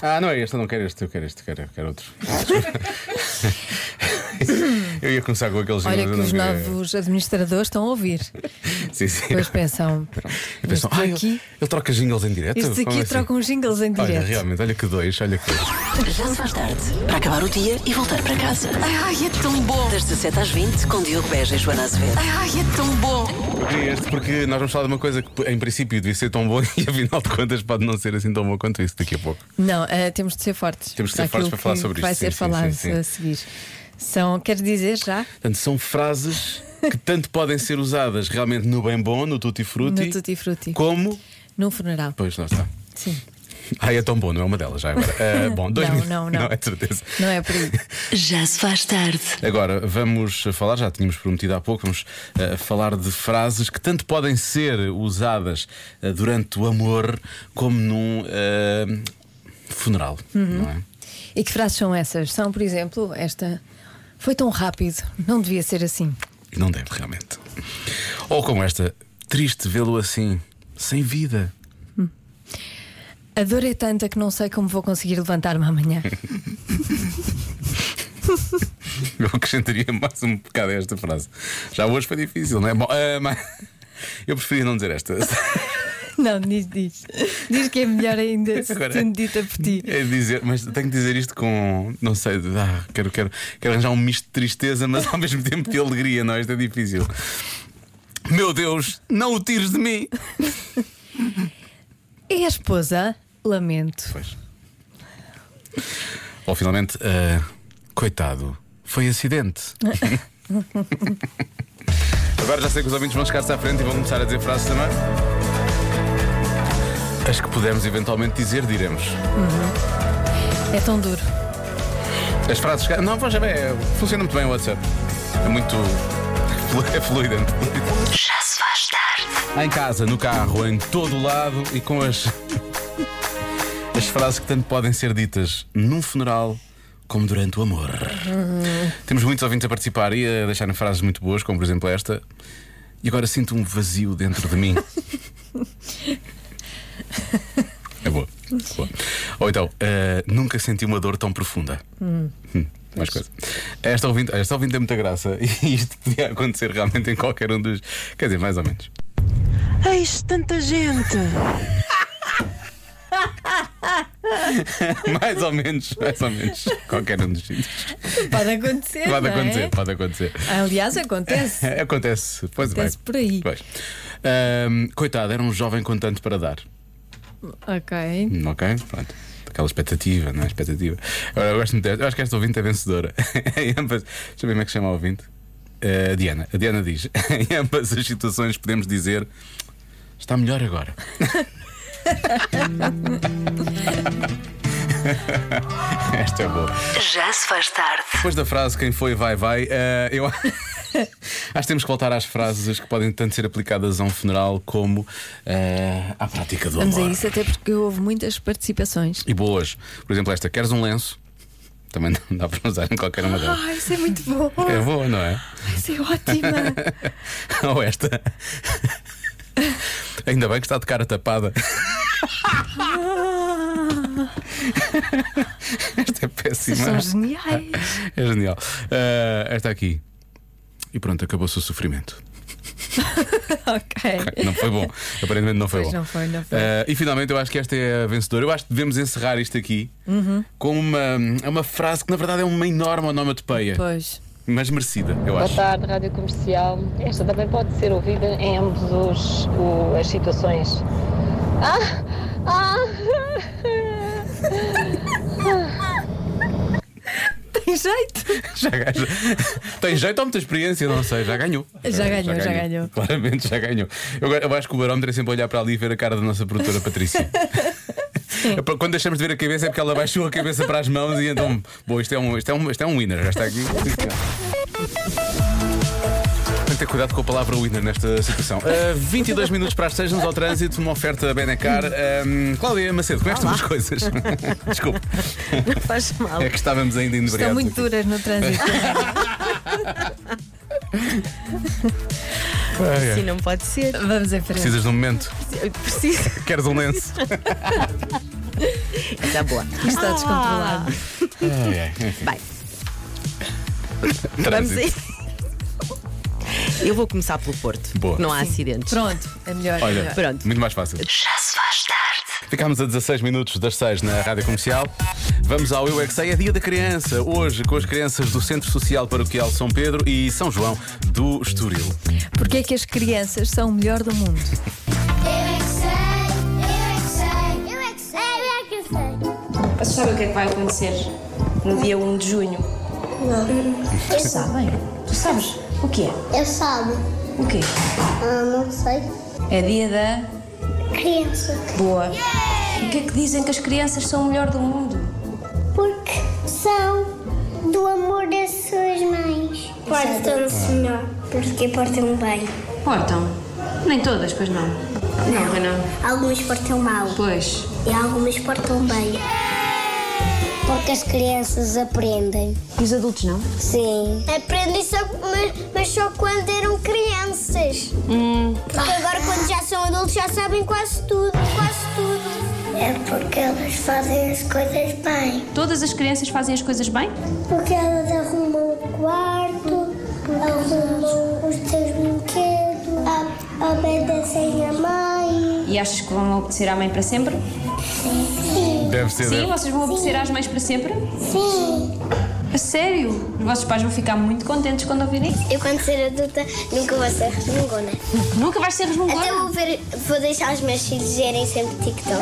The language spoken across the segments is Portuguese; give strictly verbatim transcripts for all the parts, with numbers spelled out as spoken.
Ah, não é este, eu não quero este, eu quero este, eu quero, quero outro. Eu ia começar com aqueles Olha jingles, que os eu não queria- novos administradores estão a ouvir. Sim, sim. Depois pensam, pronto, E pensam, este ah, aqui, ele, ele troca jingles em direto? este Como aqui assim? trocam jingles em Olha, direto. realmente, olha que dois, olha que dois. Já se faz tarde. Para acabar o dia e voltar para casa. Ai, é tão bom. Das dezassete às vinte, com Diogo Beja e Joana Azevedo. Ai, é tão bom. Eu queria este porque nós vamos falar de uma coisa que em princípio devia ser tão bom e afinal de contas pode não ser assim tão bom quanto isso daqui a pouco. Não, eh, temos de ser fortes. Temos de ser fortes para falar sobre Vai isto, ser sim, sim, falado sim, sim. a seguir. São, queres dizer já? Portanto, são frases que tanto podem ser usadas realmente no bem bom, no tutti frutti, No tutti frutti. como. Num funeral. Pois, lá está. Sim. Ah, é tão bom, não é uma delas já agora. Ah, bom, dois Não, minutos. não, não. Não é de certeza. Não é por aí. Já se faz tarde. Agora vamos falar, já tínhamos prometido há pouco, vamos uh, falar de frases que tanto podem ser usadas uh, durante o amor como num uh, funeral, não é? E que frases são essas? São, por exemplo, esta: foi tão rápido, não devia ser assim. E não deve realmente. Ou como esta: triste vê-lo assim, sem vida. A dor é tanta que não sei como vou conseguir levantar-me amanhã. Eu acrescentaria mais um bocado a esta frase. Já hoje foi difícil, não é? Bom, uh, mas eu preferia não dizer esta. Não, diz, diz. Diz que é melhor ainda se Agora- sendo dita por ti. É dizer, mas tenho que dizer isto com, não sei, de- ah, quero, quero, quero arranjar um misto de tristeza, mas ao mesmo tempo de alegria, não? Isto é difícil. Meu Deus, não o tires de mim. E a esposa? Lamento. Pois. Ou finalmente, ah, coitado, foi acidente. Agora já sei que os ouvintes vão chegar-se à frente e vão começar a dizer frases também. As que pudermos eventualmente dizer, diremos. É tão duro. As frases. Não, pois é, funciona muito bem o WhatsApp. É muito. É fluido. É muito fluido. Já se faz tarde. Em casa, no carro, em todo o lado e com as. As frases que tanto podem ser ditas num funeral como durante o amor. Temos muitos ouvintes a participar e a deixarem frases muito boas, como por exemplo esta. E agora sinto um vazio dentro de mim. É boa. Boa. Ou então, eh, nunca senti uma dor tão profunda. Hum, mais coisa. Esta ouvinte, esta ouvinte tem muita graça e isto podia acontecer realmente em qualquer um dos. Quer dizer, mais ou menos. Eis tanta gente. Mais ou menos, mais ou menos. Qualquer um dos sítios. Pode acontecer. Pode não é? acontecer, pode acontecer. Aliás, acontece. Acontece, pois Acontece bem. por aí. Pois. Ahm, coitado, era um jovem com tanto para dar. Ok. Hum, Ok, pronto. Aquela expectativa, não é? Expectativa. Agora, eu, gosto muito desta. Eu acho que esta ouvinte é vencedora. Em ambas. Deixa eu ver como é que se chama a ouvinte. Eh, a Diana. A Diana diz: em ambas as situações podemos dizer está melhor agora. Esta é boa. Já se faz tarde. Depois da frase quem foi vai vai, eh, eu acho que temos que voltar às frases que podem tanto ser aplicadas a um funeral como eh, à prática do Vamos a amor. isso, até porque houve muitas participações. E boas. Por exemplo, esta: queres um lenço? Também não dá para usar em qualquer uma delas. Ah, isso é muito bom. É boa, não é? Isso é ótima. Ou esta: ainda bem que está de cara tapada. Esta é péssima. São geniais. É genial. Ah, esta aqui. E pronto, acabou-se o sofrimento. Ok. Não foi bom. Aparentemente não foi Pois bom. não foi, não foi. Ah, e finalmente eu acho que esta é a vencedora. Eu acho que devemos encerrar isto aqui com uma, é uma frase que na verdade é uma enorme onomatopeia, Pois. mas merecida, eu Boa acho. tarde, Rádio Comercial. Esta também pode ser ouvida em ambos os, o- as situações. Ah! Ah! Tem jeito. Já, já, tem jeito ou muita experiência? Não sei, já ganhou. Já ganhou, já ganhou. Claramente já ganhou. Eu, eu acho que o barómetro é sempre olhar para ali e ver a cara da nossa produtora Patrícia. Quando deixamos de ver a cabeça é porque ela baixou a cabeça para as mãos e então, bom, isto é um, isto é um, isto é um winner, já está aqui. Tem que ter cuidado com a palavra winner nesta situação. Uh, vinte e dois minutos para as seis, vamos ao trânsito, uma oferta Benacar. Um, Cláudia Macedo, como é que estão as coisas? Desculpe. Não faz mal. É que estávamos ainda Estão inebriados. muito duras no trânsito. Ai, ai. Assim não pode ser. Vamos em frente. Precisas de um momento? Preciso. Queres um lenço? Está boa. Está descontrolado. Ai, ai, enfim. Bem, vamos aí. Eu vou começar pelo Porto. Boa. Não há acidentes. Pronto, é melhor. é Olha, melhor. Pronto. muito mais fácil. Já se faz tarde. Ficámos a dezasseis minutos das seis na Rádio Comercial. Vamos ao Eu é Que Sei, é dia da criança. Hoje com as crianças do Centro Social Paroquial São Pedro e São João do Estoril. Porquê é que as crianças são o melhor do mundo? Eu é que sei, eu é que sei, eu é que sei, eu é que sei. Vocês sabem o que é que vai acontecer no dia um de junho? Não. Vocês sabem? Tu sabes? O que é? Eu sabe. O quê? Ah, não sei. É dia da... Criança. Boa. O que é que dizem que as crianças são o melhor do mundo? Porque são do amor das suas mães. Portam-se melhor, porque portam bem. Portam. Nem todas, pois não. Não, pois não. Algumas portam mal Pois. e algumas portam bem. Porque as crianças aprendem. E os adultos não? Sim. Aprendem só, mas, mas só quando eram crianças. Hum. Porque agora, quando já são adultos, já sabem quase tudo. Quase tudo. É porque elas fazem as coisas bem. Todas as crianças fazem as coisas bem? Porque elas arrumam o quarto, arrumam os seus brinquedos, a- obedecem a mãe. E achas que vão obedecer à mãe para sempre? Sim. Deve ser. Sim, deve. vocês vão obedecer às mães para sempre? Sim. A sério? Os vossos pais vão ficar muito contentes quando ouvirem isso? Eu, quando ser adulta, nunca vou ser resmungona. Nunca vais ser resmungona? Até vou, ver, vou deixar os meus filhos verem sempre TikTok.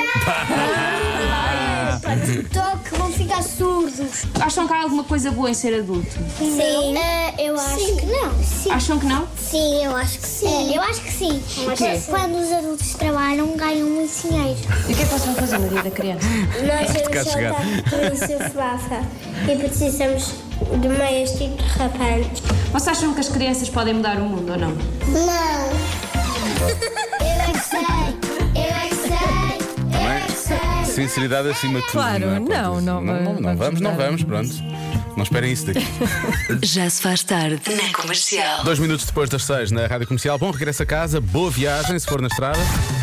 TikTok, vão ficar surdos. Acham que há alguma coisa boa em ser adulto? Sim. eu acho que não. Sim. Acham que não? Sim, eu acho que sim. eu acho que sim. quê? Quando os adultos trabalham, ganham muito dinheiro. E o que é que vocês vão fazer no dia da criança? Nós cá temos chegar. soltar fafa e precisamos de meias tipo rapantes. Vocês acham que as crianças podem mudar o mundo ou não? Não. Eu é que sei. Eu é que sei. Eu é que sei. Sinceridade acima de tudo. Claro, não, é? Pronto, não, isso. não, não, não, não vamos, não mudar. vamos, pronto. Não esperem isso daqui. Já se faz tarde na Comercial. Dois minutos depois das seis na Rádio Comercial. Bom regresso a casa, boa viagem se for na estrada.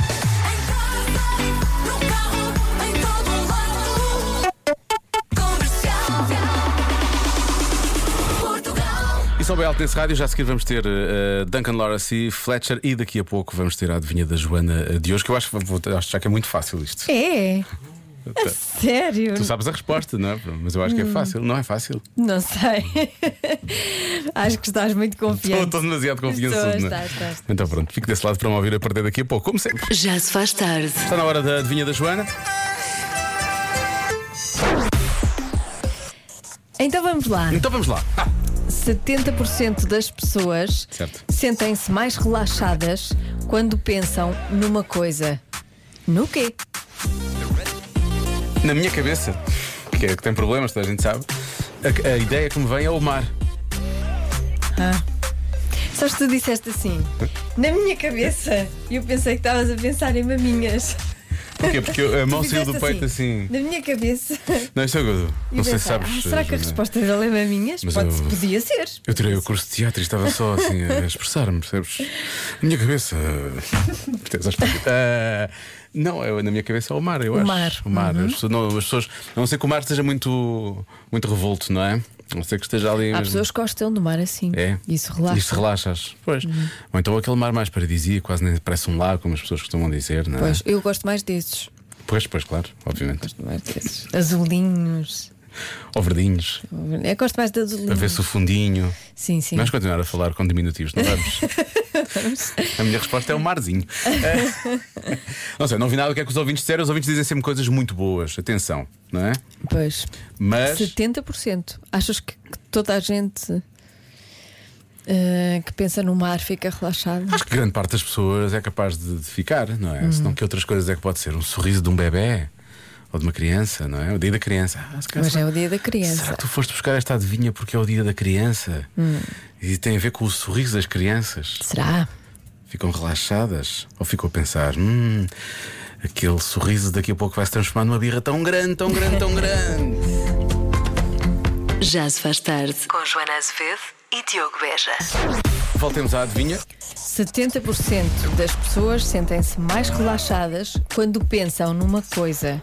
E só bem alto nesse rádio, já a seguir vamos ter uh, Duncan Lawrence, Fletcher e daqui a pouco vamos ter a adivinha da Joana de hoje, que eu acho, vou, acho já que é muito fácil isto. É? A sério? Tu sabes a resposta, não é? Mas eu acho que é fácil. Não é fácil. Não sei. Acho que estás muito confiante. Estou, estou demasiado confiançudo, Estou, não é? estás, estás. Então pronto, fico desse lado para me ouvir a perder daqui a pouco, como sempre. Já se faz tarde. Está na hora da adivinha da Joana. Então vamos lá. Então vamos lá. Ah, setenta por cento das pessoas Certo. sentem-se mais relaxadas quando pensam numa coisa. No quê? na minha cabeça, que, é, que tem problemas, toda a gente sabe, a, a ideia que me vem é o mar. Ah. Só que tu disseste assim, na minha cabeça, e eu pensei que estavas a pensar em maminhas. Porquê? Porque a mão Tu saiu do fizeste peito assim. Na minha cabeça. Não, isso é gozo. E Não sei se pensar, sabes. ah, será que a Joana. resposta dele é maminhas? Mas Pode, eu- Podia ser. Eu tirei o curso de teatro e estava só assim a expressar-me, percebes? Na minha cabeça. Percebes? Ah, não, eu, na minha cabeça é o mar, eu O acho. mar. O mar. Uhum. As pessoas, não, as pessoas, a não ser que o mar esteja muito, muito revolto, não é? A não ser que esteja ali. Há mesmo. pessoas que gostam do mar assim. É. Isso relaxa. Isso relaxas. Pois. Ou então aquele mar mais paradisíaco, quase nem parece um lago, como as pessoas costumam dizer, não é? Pois, eu gosto mais desses. Pois, pois, claro, obviamente. Gosto mais desses. Azulinhos. Ou verdinhos, Eu gosto mais de azulinhos. a ver-se o fundinho. Sim, sim. Vamos continuar a falar com diminutivos, não vamos? A minha resposta é o marzinho. É. Não sei, não vi nada do que é que os ouvintes disseram. Os ouvintes dizem sempre coisas muito boas. Atenção, não é? Pois. Mas setenta por cento. Achas que, que toda a gente eh, que pensa no mar fica relaxada? acho que grande parte das pessoas é capaz de, de ficar, não é? Senão que outras coisas é que pode ser? Um sorriso de um bebê ou de uma criança, não é? O dia da criança. Ah, se calhar Mas será- é o dia da criança. Será que tu foste buscar esta adivinha porque é o dia da criança? E tem a ver com o sorriso das crianças? Será? Ficam relaxadas? Ou ficam a pensar, hum, aquele sorriso daqui a pouco vai se transformar numa birra tão grande, tão grande, tão grande. Já se faz tarde com Joana Azevedo e Diogo Beja. Voltemos à adivinha. setenta por cento das pessoas sentem-se mais relaxadas quando pensam numa coisa.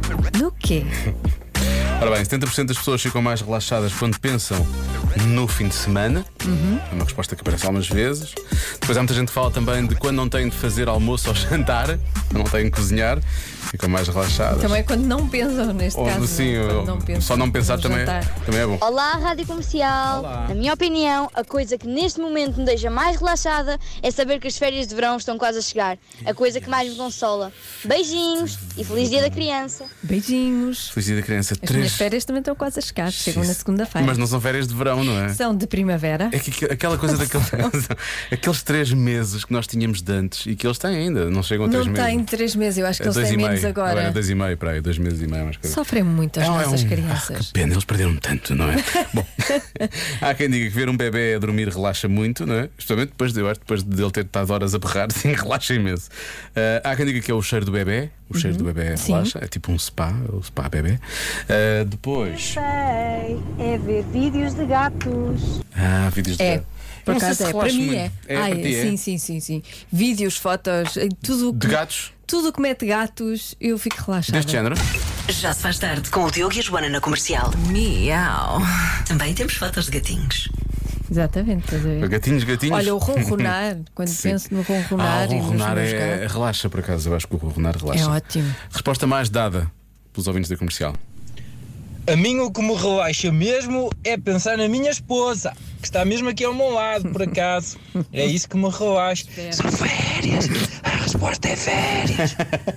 No quê? Ora bem, setenta por cento das pessoas ficam mais relaxadas quando pensam no fim de semana. Uhum. É uma resposta que aparece algumas vezes. Depois há muita gente que fala também de quando não têm de fazer almoço ou jantar, não têm de cozinhar, ficam mais relaxadas. Também quando não pensam, neste Ou, caso. sim, não, não pensam, só não pensar também, também é bom. Olá, Rádio Comercial. Olá. Na minha opinião, a coisa que neste momento me deixa mais relaxada é saber que as férias de verão estão quase a chegar. A coisa que mais me consola. Beijinhos e feliz dia da criança. Beijinhos. Feliz dia da criança. As Três... minhas férias também estão quase a chegar. Chegam na segunda-feira. Mas não são férias de verão, não é? São de primavera. É que aquela coisa daqueles aqueles três meses que nós tínhamos de antes e que eles têm ainda, não chegam a três não meses. Não têm três meses, eu acho que é eles têm menos meio. agora. Agora é dois e meio para aí, dois meses e meio. Mais coisa. Sofrem muito as é, nossas é um... crianças. Ah, que pena, eles perderam tanto, não é? Bom, há quem diga que ver um bebê a dormir relaxa muito, não é? Justamente depois de, eu acho, depois de ele ter estado horas a berrar, sim, relaxa imenso. Uh, há quem diga que é o cheiro do bebê. O uhum. cheiro do bebê relaxa, é tipo um spa, o spa bebê. Uh, depois. Sei, é ver vídeos de gatos. Ah, vídeos de é. gatos. Por acaso é, para mim é. é, Ai, para ti, é? Sim, sim, sim, sim. Vídeos, fotos, tudo de que, gatos? Tudo que mete gatos, eu fico relaxada. Deste género? Já se faz tarde com o Diogo e a Joana na Comercial. Miau. Também temos fotos de gatinhos. Exatamente, estás a ver? Gatinhos, gatinhos. Olha, o ronronar, quando Sim. penso no ronronar. Ah, o ronronar e nos é, é, relaxa, por acaso. Eu acho que o ronronar relaxa. É ótimo. Resposta mais dada pelos ouvintes da Comercial. A mim o que me relaxa mesmo é pensar na minha esposa, que está mesmo aqui ao meu lado, por acaso. É isso que me relaxa. São férias. A resposta é férias.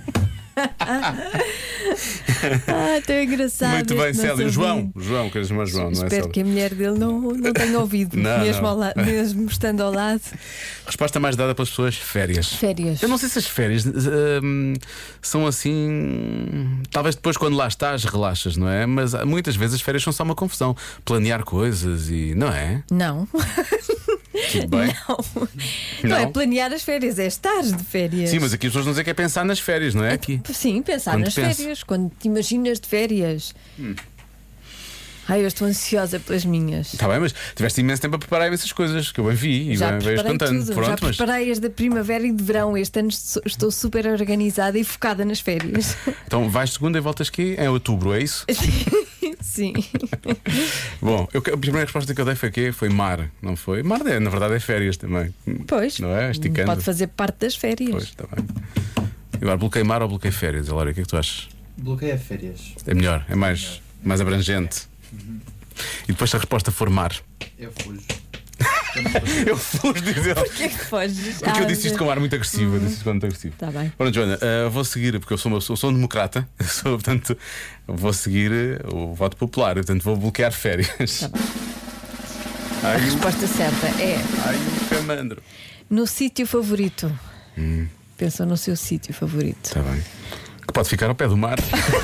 Ah, tão engraçado. Muito bem, Célia. João, João, queres chamar João, não é? Espero que a mulher dele não, não tenha ouvido, não, mesmo, não. Ao la- mesmo estando ao lado. Resposta mais dada pelas pessoas: férias. Férias. Eu não sei se as férias hum, são assim. Talvez depois, quando lá estás, relaxas, não é? Mas muitas vezes as férias são só uma confusão. Planear coisas e. Não é? Não. Tudo bem? Não. Não. Não é planear as férias, é estar de férias. Sim, mas aqui as pessoas não dizem que é pensar nas férias, não é? Aqui. Sim, pensar Quando nas penso. férias, quando te imaginas de férias. Hum. Ai, eu estou ansiosa pelas minhas. Está bem, mas tiveste imenso tempo a preparar imensas coisas que eu bem vi e Já bem vejo preparei contando. tudo. Pronto, Já mas... preparei as da primavera e de verão. Este ano estou super organizada e focada nas férias. Então vais segunda e voltas aqui em outubro, é isso? Sim. Bom, eu, a primeira resposta que eu dei foi quê? Foi mar, não foi? Mar, é, na verdade, é férias também. Pois. Não é? Esticando. Pode fazer parte das férias. Pois, está bem. Agora, bloqueio mar ou bloqueio férias? Laura, o que é que tu achas? Bloqueia férias. É melhor, é mais, mais abrangente. Uhum. E depois, se a resposta for mar. Eu fujo. Eu fujo, diz ele. Porquê que foges? Porque ah, eu disse isto com um ar muito agressivo. Uhum. Eu disse isto com muito agressivo. Está bem. Pronto, Joana, uh, vou seguir, porque eu sou, uma, sou, sou um democrata, sou, portanto, vou seguir uh, o voto popular, portanto, vou bloquear férias. Tá bem. Ai, a resposta certa é. Ai, o camandro. No sítio favorito. Hum. Pensa no seu sítio favorito. Está bem. Que pode ficar ao pé do mar.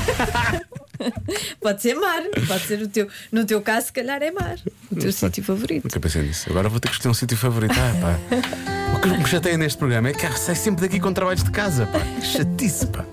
Pode ser mar, pode ser o teu. No teu caso, se calhar é mar. O teu sítio favorito. Nunca pensei nisso. Agora vou ter que escolher um sítio favorito. Ah, pá. O que me chateia neste programa é que sai sempre daqui com trabalhos de casa, pá. Que chatice, pá.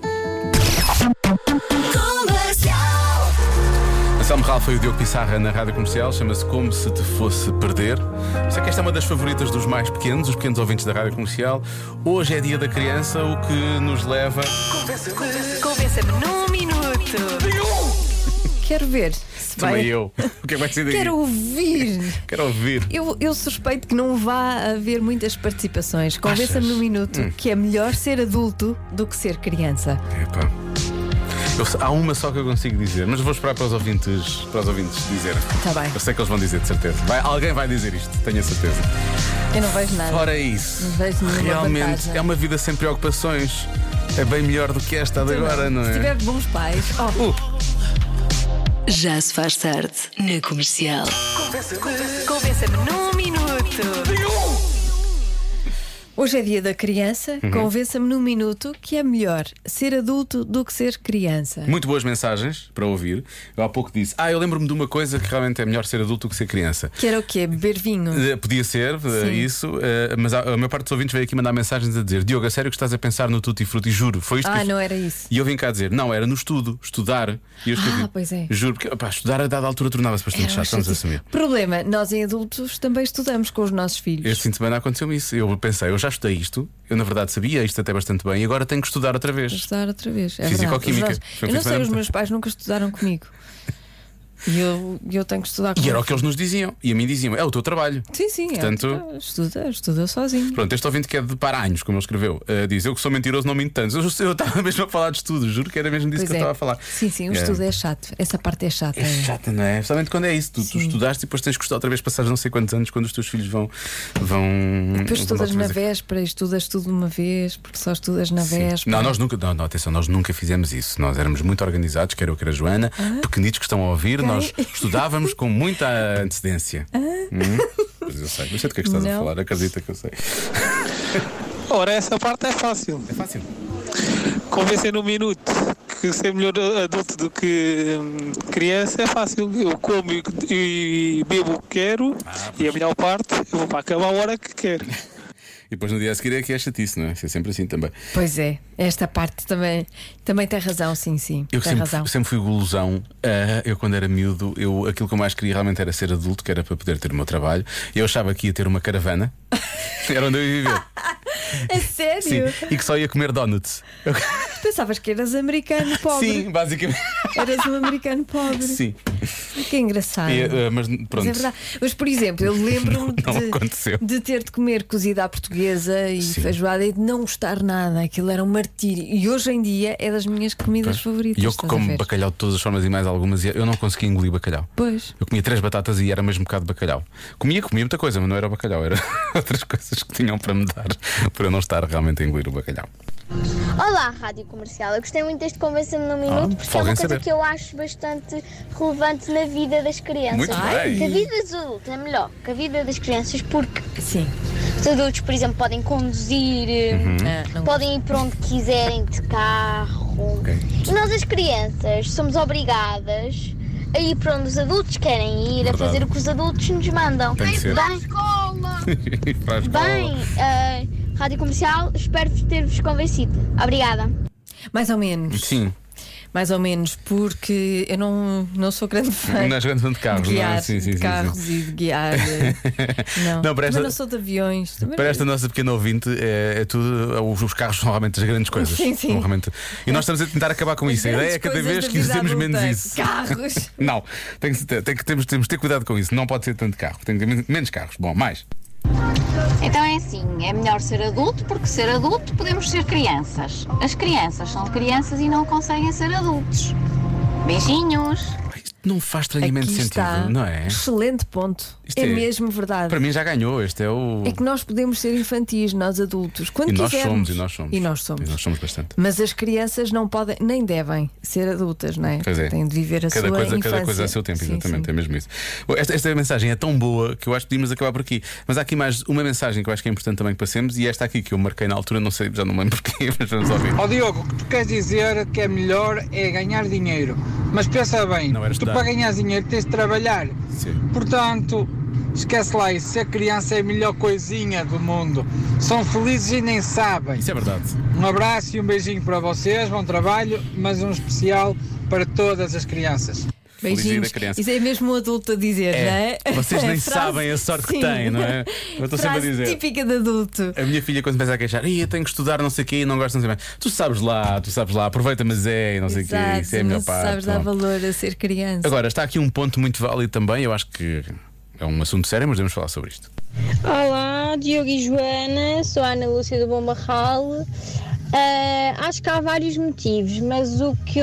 Anselmo Ralph foi o Diogo Pissarra na Rádio Comercial. Chama-se Como Se Te Fosse Perder. Sei que esta é uma das favoritas dos mais pequenos, os pequenos ouvintes da Rádio Comercial. Hoje é dia da criança, o que nos leva. Convença-me num minuto. Quero ver se vai. Também eu. O que é que vai ser daqui? Quero ouvir. Quero ouvir. Eu, eu suspeito que não vá haver muitas participações. Convença-me num minuto hum. que é melhor ser adulto do que ser criança. Epá. Eu, há uma só que eu consigo dizer, mas vou esperar para os ouvintes, para os ouvintes dizerem. Tá bem. Eu sei que eles vão dizer, de certeza. Vai, alguém vai dizer isto, tenho a certeza. Eu não vejo nada. Fora isso, não vejo nenhuma realmente vantagem. É uma vida sem preocupações. É bem melhor do que esta de então, agora, não, não é? Se tiver bons pais. Oh. Uh. Já se faz tarde na Comercial. Convença-me num minuto. Hoje é dia da criança. Uhum. Convença-me num minuto que é melhor ser adulto do que ser criança. Muito boas mensagens para ouvir. Eu há pouco disse: Ah, eu lembro-me de uma coisa que realmente é melhor ser adulto do que ser criança. Que era o quê? Beber vinho? Uh, podia ser, uh, isso, uh, mas a, a maior parte dos ouvintes veio aqui mandar mensagens a dizer: Diogo, a sério que estás a pensar no tutti frutti? Juro, foi isto Ah, que não era isso. E eu vim cá dizer: Não, era no estudo, estudar. E eu escrevi: Ah, pois é. Juro, porque opá, estudar a dada altura tornava-se bastante chato, vamos assumir. Problema, nós em adultos também estudamos com os nossos filhos. Este fim de semana aconteceu-me isso. Eu pensei: Eu já estudei isto, eu na verdade sabia isto até bastante bem, e agora tenho que estudar outra vez. Estudar outra vez. É Físico-química. Eu não sei, os meus pais nunca estudaram comigo. E eu, eu tenho que estudar com E era o que eles nos diziam. E a mim diziam: é o teu trabalho. Sim, sim. Portanto, é, estuda, estuda sozinho. Pronto, este ouvinte que é de Paranhos, como ele escreveu, uh, diz: eu que sou mentiroso não minto tanto. Eu, eu estava mesmo a falar de estudo, juro que era mesmo disso pois que é. eu estava a falar. Sim, sim, o é. estudo é chato. Essa parte é chata. É chata, não é? Especialmente quando é isso. Tu, tu estudaste e depois tens que estudar outra vez, passares não sei quantos anos, quando os teus filhos vão. vão depois estudas vão na véspera, estudas tudo de uma vez, porque só estudas na sim. véspera. Não, nós nunca, não, não, atenção, nós nunca fizemos isso. Nós éramos muito organizados, quer eu, quer a Joana, ah? pequenitos que estão a ouvir, okay. Nós estudávamos com muita antecedência. Ah? Hum? Pois eu sei, não sei do que é que estás não. a falar, acredita que eu sei. Ora, essa parte é fácil. É fácil. Convencer num minuto que ser melhor adulto do que hum, criança é fácil. Eu como e, e bebo o que quero, ah, e a melhor parte, eu vou para a cama a hora que quero. E depois no dia a seguir é que é chatice, não é? É sempre assim também. Pois é, esta parte também, também tem razão, sim, sim. Eu tem sempre, razão. sempre fui golosão. Uh, eu, quando era miúdo, eu, aquilo que eu mais queria realmente era ser adulto, que era para poder ter o meu trabalho. Eu achava que ia ter uma caravana, era onde eu ia viver. É sério? Sim, e que só ia comer donuts. Pensavas que eras americano pobre. Sim, basicamente. Eras um americano pobre. Sim. Que engraçado. E, uh, mas pronto. Mas é verdade. Mas, por exemplo, eu lembro-me de, de ter de comer cozida à portuguesa e sim. feijoada e de não gostar nada. Aquilo era um martírio. E hoje em dia é das minhas comidas pois. favoritas. E eu que como bacalhau de todas as formas e mais algumas, eu não conseguia engolir bacalhau. Pois. Eu comia três batatas e era mesmo um bocado de bacalhau. Comia, comia muita coisa, mas não era o bacalhau, era outras coisas que tinham para me dar para eu não estar realmente a engolir o bacalhau. Olá, Rádio Comercial. Eu gostei muito deste Convença-me num Minuto, ah, porque é uma coisa saber. que eu acho bastante relevante na vida das crianças. Muito bem. Que a vida dos adultos é melhor que a vida das crianças, porque sim. os adultos, por exemplo, podem conduzir, uhum. ah, podem ir para onde quiserem de carro. Okay. E nós, as crianças, somos obrigadas a ir para onde os adultos querem ir, Verdade. a fazer o que os adultos nos mandam. Tem que ser. Bem, escola. Bem, uh, Rádio Comercial, espero ter-vos convencido. Obrigada. Mais ou menos. Sim. Mais ou menos, porque eu não, não sou grande fã. Não és grande fã de carros, de guiar, não é? Sim, sim, de carros sim, sim. e de guiar. Não, não esta, mas não sou de aviões. Para esta nossa pequena ouvinte, é, é tudo. Os, os carros são realmente as grandes coisas. Sim, sim. Realmente, e nós estamos a tentar acabar com as isso. A ideia é cada vez que dizemos menos isso. Carros. Não, tem que, tem que, temos, temos que ter cuidado com isso. Não pode ser tanto carro. Tem que ter menos carros. Bom, mais. Então é assim, é melhor ser adulto, porque ser adulto podemos ser crianças. As crianças são crianças e não conseguem ser adultos. Beijinhos. Não faz estranhamente Aqui sentido, está. não é? Excelente ponto. É, é mesmo verdade. Para mim já ganhou. Este é o. É que nós podemos ser infantis, nós adultos, quando e nós quisermos. somos, e nós somos. E nós somos. E nós somos bastante. Mas as crianças não podem, nem devem ser adultas, não é? Pois é. Têm de viver a cada sua coisa, infância. Cada coisa a seu tempo, sim, exatamente, sim. é mesmo isso. Esta, esta mensagem é tão boa que eu acho que podíamos acabar por aqui. Mas há aqui mais uma mensagem que eu acho que é importante também que passemos, e esta aqui que eu marquei na altura, não sei, já não me lembro porquê, mas vamos ouvir. Ó oh, Diogo, o que tu queres dizer que é melhor é ganhar dinheiro. Mas pensa bem, tu para ganhar dinheiro tens de trabalhar. Sim. Portanto, esquece lá isso. Ser criança é a melhor coisinha do mundo. São felizes e nem sabem. Isso é verdade. Um abraço e um beijinho para vocês, bom trabalho, mas um especial para todas as crianças. Beijinhos. Isso é mesmo um adulto a dizer, é. não é? Vocês nem frase, sabem a sorte sim. que têm, não é? Eu estou sempre a dizer. Típica de adulto. A minha filha, quando começa a queixar, eu tenho que estudar não sei o quê e não gosto, não sei bem. Tu sabes lá, tu sabes lá, aproveita, mas é, não sei o quê. Isso é a melhor parte. Sabes dar valor a ser criança. Agora, está aqui um ponto muito válido também. Eu acho que é um assunto sério, mas devemos falar sobre isto. Olá, Diogo e Joana, sou a Ana Lúcia do Bom Barral. Uh, acho que há vários motivos, mas o que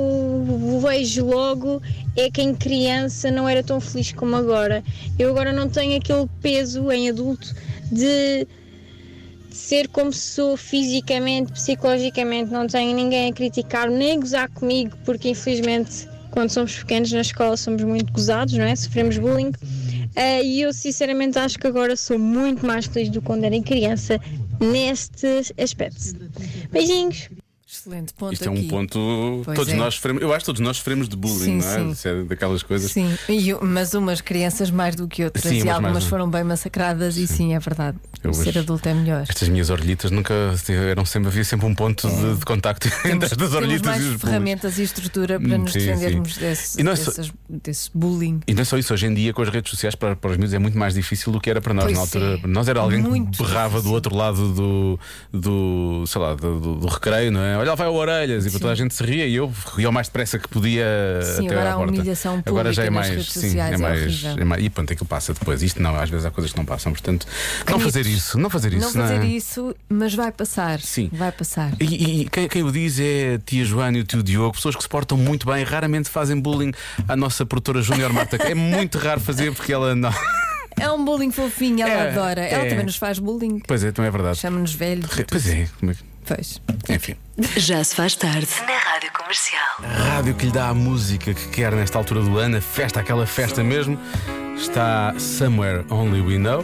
eu vejo logo é que em criança não era tão feliz como agora. Eu agora não tenho aquele peso em adulto de, de ser como sou fisicamente, psicologicamente. Não tenho ninguém a criticar-me nem a gozar comigo, porque infelizmente quando somos pequenos na escola somos muito gozados, não é? Sofremos bullying. Uh, e eu sinceramente acho que agora sou muito mais feliz do que quando era criança neste aspecto. Beijinhos. Excelente ponto. Isto aqui. é um ponto. Pois todos é. nós sofremos. Eu acho que todos nós sofremos de bullying, sim, não é? Sim. Isso é daquelas coisas. Sim, e, mas umas crianças mais do que outras. Sim, e algumas mais... foram bem massacradas, sim. E sim, é verdade. Eu ser vejo... adulto é melhor. Estas minhas orelhitas nunca eram sempre, havia sempre um ponto é. de, de contacto temos, entre as orelhitas mais e os ferramentas bullies. E estrutura para nos sim, defendermos sim. Desse, é só... desses, desse bullying. E não é só isso, hoje em dia com as redes sociais para, para os miúdos é muito mais difícil do que era para nós. Pois na altura, nós era alguém muito que berrava difícil. Do outro lado do, do sei lá, do, do, do recreio, não é? Olha, vai ao orelhas. E para toda a gente se ria e eu ria o mais depressa que podia. Sim, até agora à a porta. Humilhação pública agora já é mais. Redes sim, sociais, é, mais, é, é mais. E pronto, aquilo passa depois. Isto não, às vezes há coisas que não passam. Portanto, Queridos, não fazer isso. Não fazer isso. Não fazer não é? isso, mas vai passar. Sim. Vai passar. E, e quem, quem o diz é a tia Joana e o tio Diogo, pessoas que se portam muito bem, raramente fazem bullying à nossa produtora Júnior Marta. É muito raro fazer porque ela não. É um bullying fofinho, ela é, adora. Ela é. também nos faz bullying. Pois é, também é verdade. Chama-nos velhos. Pois é. Como é que... Pois. Enfim. Já se faz tarde na Rádio Comercial. A rádio que lhe dá a música que quer nesta altura do ano, a festa, aquela festa mesmo, está Somewhere Only We Know.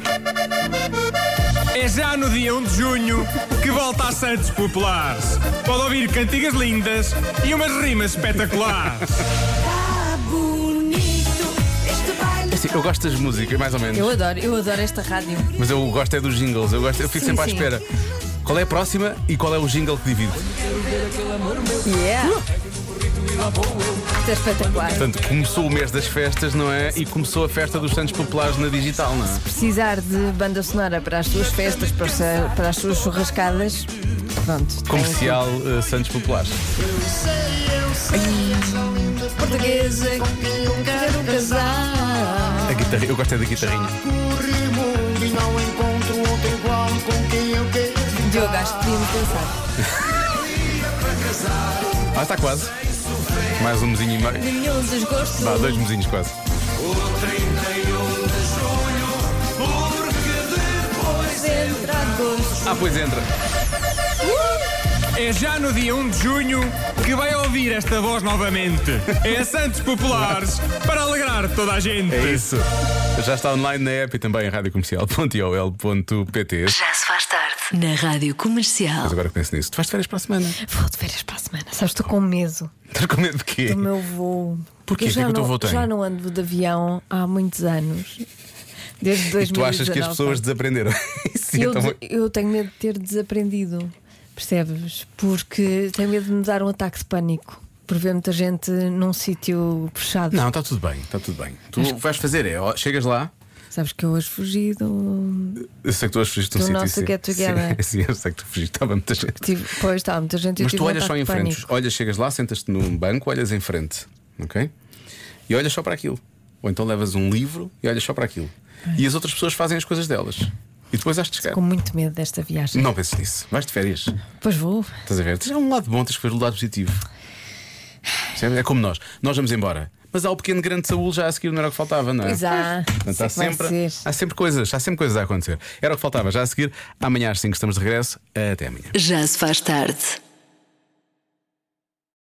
É já no dia um de junho que volta a Santos Populares. Pode ouvir cantigas lindas e umas rimas espetaculares. Assim, eu gosto das músicas, mais ou menos. Eu adoro, eu adoro esta rádio. Mas eu gosto é dos jingles, eu, gosto, eu fico sim, sempre sim. à espera. Qual é a próxima e qual é o jingle que divide? Yeah! Uh! Isto é espetacular. Portanto, começou o mês das festas, não é? E começou a festa dos Santos Populares na digital, não é? Se precisar de banda sonora para as suas festas, para, para as suas churrascadas, pronto. Comercial uh, Santos Populares. Portuguesa, quero casar. A guitarra, eu gosto é da guitarrinha. Diogo, acho que podíamos pensar. Ah, está quase. Mais um mesinho e meio. Vá, dois mesinhos quase. O trinta e um de julho, porque depois entra agosto. Ah, pois entra. É já no dia um de junho que vai ouvir esta voz novamente. É Santos Populares para alegrar toda a gente. É isso. Já está online na app e também em rádio comercial ponto i o l ponto p t. Já se faz tarde na Rádio Comercial. Mas agora que penso nisso, tu vais de férias para a semana? Vou de férias para a semana. Sabes, estou com medo. Estás com medo de quê? Do meu voo. Porquê? Já, que é que não, o teu já não ando de avião há muitos anos. Desde dois mil e dezanove. E tu achas que as pessoas desaprenderam? Sim, eu, então... de, eu tenho medo de ter desaprendido. Percebes? Porque tenho medo de me dar um ataque de pânico por ver muita gente num sítio fechado. Não, está tudo bem, está tudo bem. Tu Acho... vais fazer é, ó, chegas lá. Sabes que eu hoje fugi do. Eu sei que tu hoje fugiste de um do nosso sítio. Get Together. Sim, sim, eu sei que tu fugiste, estava muita gente. Tive, pois estava muita gente. Mas tu olhas só em frente, olhas, chegas lá, sentas-te num banco, olhas em frente, ok? E olhas só para aquilo. Ou então levas um livro e olhas só para aquilo. Ai. E as outras pessoas fazem as coisas delas. E depois has de chegar. Com muito medo desta viagem. Não penses nisso. Vais de férias. Pois vou. Estás a ver? Tens um lado bom, tens que ver o lado positivo. É como nós. Nós vamos embora. Mas há o pequeno grande Saúl já a seguir, não era o que faltava, não é? Pois há. Portanto, há, sempre, há sempre coisas, há sempre coisas a acontecer. Era o que faltava já a seguir. Amanhã às cinco estamos de regresso. Até amanhã. Já se faz tarde.